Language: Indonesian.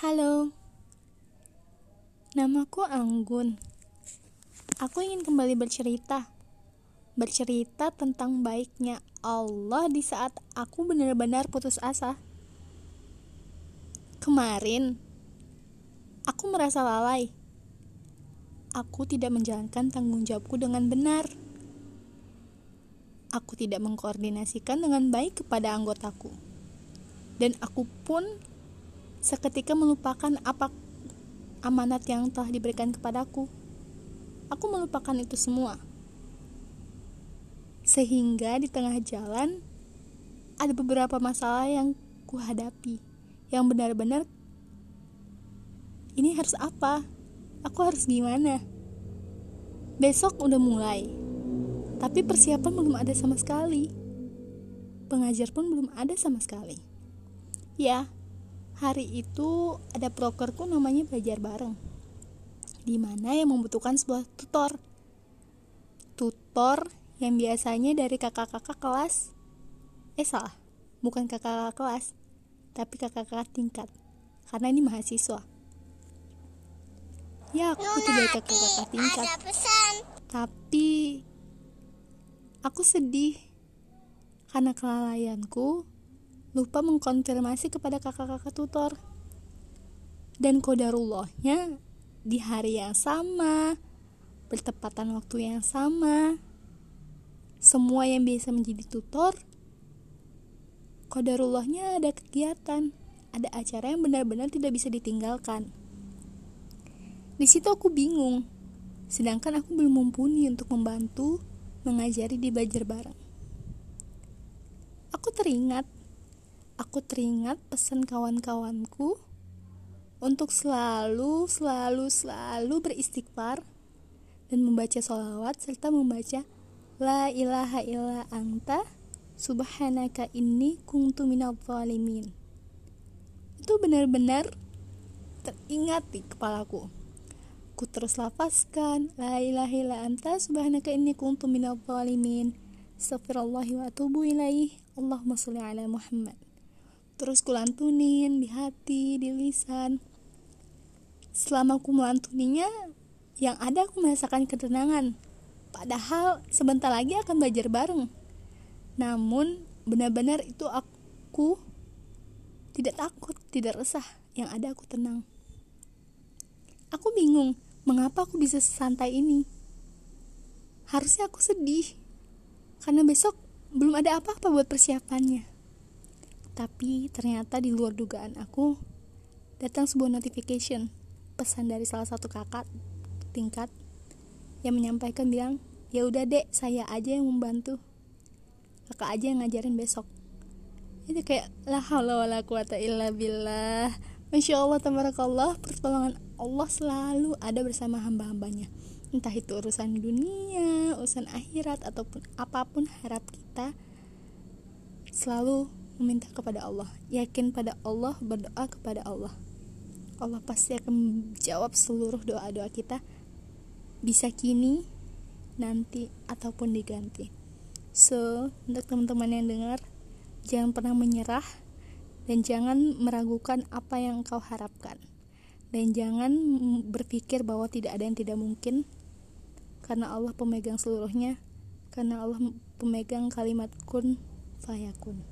Halo, namaku Anggun. Aku ingin kembali bercerita tentang baiknya Allah di saat aku benar-benar putus asa. Kemarin, aku merasa lalai. Aku tidak menjalankan tanggung jawabku dengan benar. Aku tidak mengkoordinasikan dengan baik kepada anggotaku. Dan aku pun seketika melupakan apa amanat yang telah diberikan kepadaku. Aku melupakan itu semua. Sehingga di tengah jalan ada beberapa masalah yang kuhadapi, yang benar-benar ini harus apa? Aku harus gimana? Besok udah mulai, tapi persiapan belum ada sama sekali. Pengajar pun belum ada sama sekali. Ya, hari itu ada prokerku namanya belajar bareng, di mana yang membutuhkan sebuah tutor yang biasanya dari kakak-kakak kelas. Salah, bukan kakak-kakak kelas, tapi kakak-kakak tingkat, karena ini mahasiswa. Ya, aku tidak kakak-kakak tingkat, tapi aku sedih karena kelalaianku lupa mengkonfirmasi kepada kakak-kakak tutor. Dan qadarullahnya di hari yang sama, bertepatan waktu yang sama, semua yang biasa menjadi tutor, qadarullahnya ada kegiatan, ada acara yang benar-benar tidak bisa ditinggalkan. Di situ aku bingung, sedangkan aku belum mumpuni untuk membantu mengajari di belajar bareng. Aku teringat pesan kawan-kawanku untuk selalu beristighfar dan membaca sholawat serta membaca la ilaha illa anta subhanaka inni kuntu minadh dhalimin. Itu benar-benar teringat di kepalaku. Ku terus lafazkan la ilaha illa anta subhanaka inni kuntu minadh dhalimin. Astaghfirullah wa atubu ilaih. Allahumma sholli ala Muhammad. Terus kulantunin di hati, di lisan. Selama aku melantuninya, yang ada aku merasakan ketenangan. Padahal sebentar lagi akan belajar bareng. Namun benar-benar itu aku tidak takut, tidak resah. Yang ada aku tenang. Aku bingung, mengapa aku bisa sesantai ini? Harusnya aku sedih, karena besok belum ada apa-apa buat persiapannya. Tapi ternyata di luar dugaan aku, datang sebuah notification, pesan dari salah satu kakak tingkat yang menyampaikan bilang, ya udah dek, saya aja yang membantu, kakak aja yang ngajarin besok. Itu kayak la haula wala quwata illa billah. Masya Allah, tabarakallah, pertolongan Allah selalu ada bersama hamba-hambanya. Entah itu urusan dunia, urusan akhirat, ataupun apapun, harap kita selalu meminta kepada Allah, yakin pada Allah, berdoa kepada Allah. Allah pasti akan menjawab seluruh doa-doa kita, bisa kini, nanti, ataupun diganti. So, untuk teman-teman yang dengar, jangan pernah menyerah dan jangan meragukan apa yang engkau harapkan, dan jangan berpikir bahwa tidak ada yang tidak mungkin, karena Allah pemegang seluruhnya, karena Allah pemegang kalimat kun fayakun.